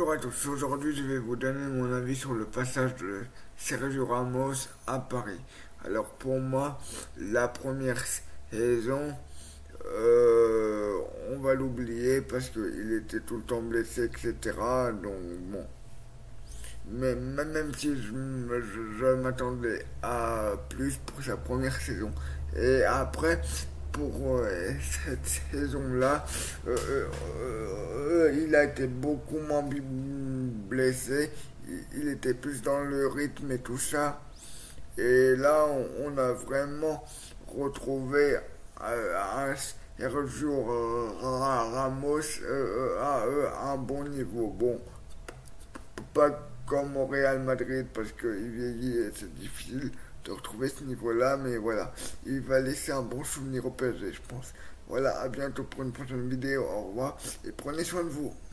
Bonjour à tous, aujourd'hui je vais vous donner mon avis sur le passage de Sergio Ramos à Paris. Alors pour moi, la première saison, on va l'oublier parce qu'il était tout le temps blessé, etc. Donc bon, mais même si je m'attendais à plus pour sa première saison. Et après, pour cette saison-là, il a été beaucoup moins blessé. Il était plus dans le rythme et tout ça. Et là, on a vraiment retrouvé un Sergio Ramos à un bon niveau. Bon, pas comme au Real Madrid parce qu'il vieillit et c'est difficile de retrouver ce niveau-là, mais voilà, il va laisser un bon souvenir au PSG, je pense. Voilà, à bientôt pour une prochaine vidéo, au revoir et prenez soin de vous.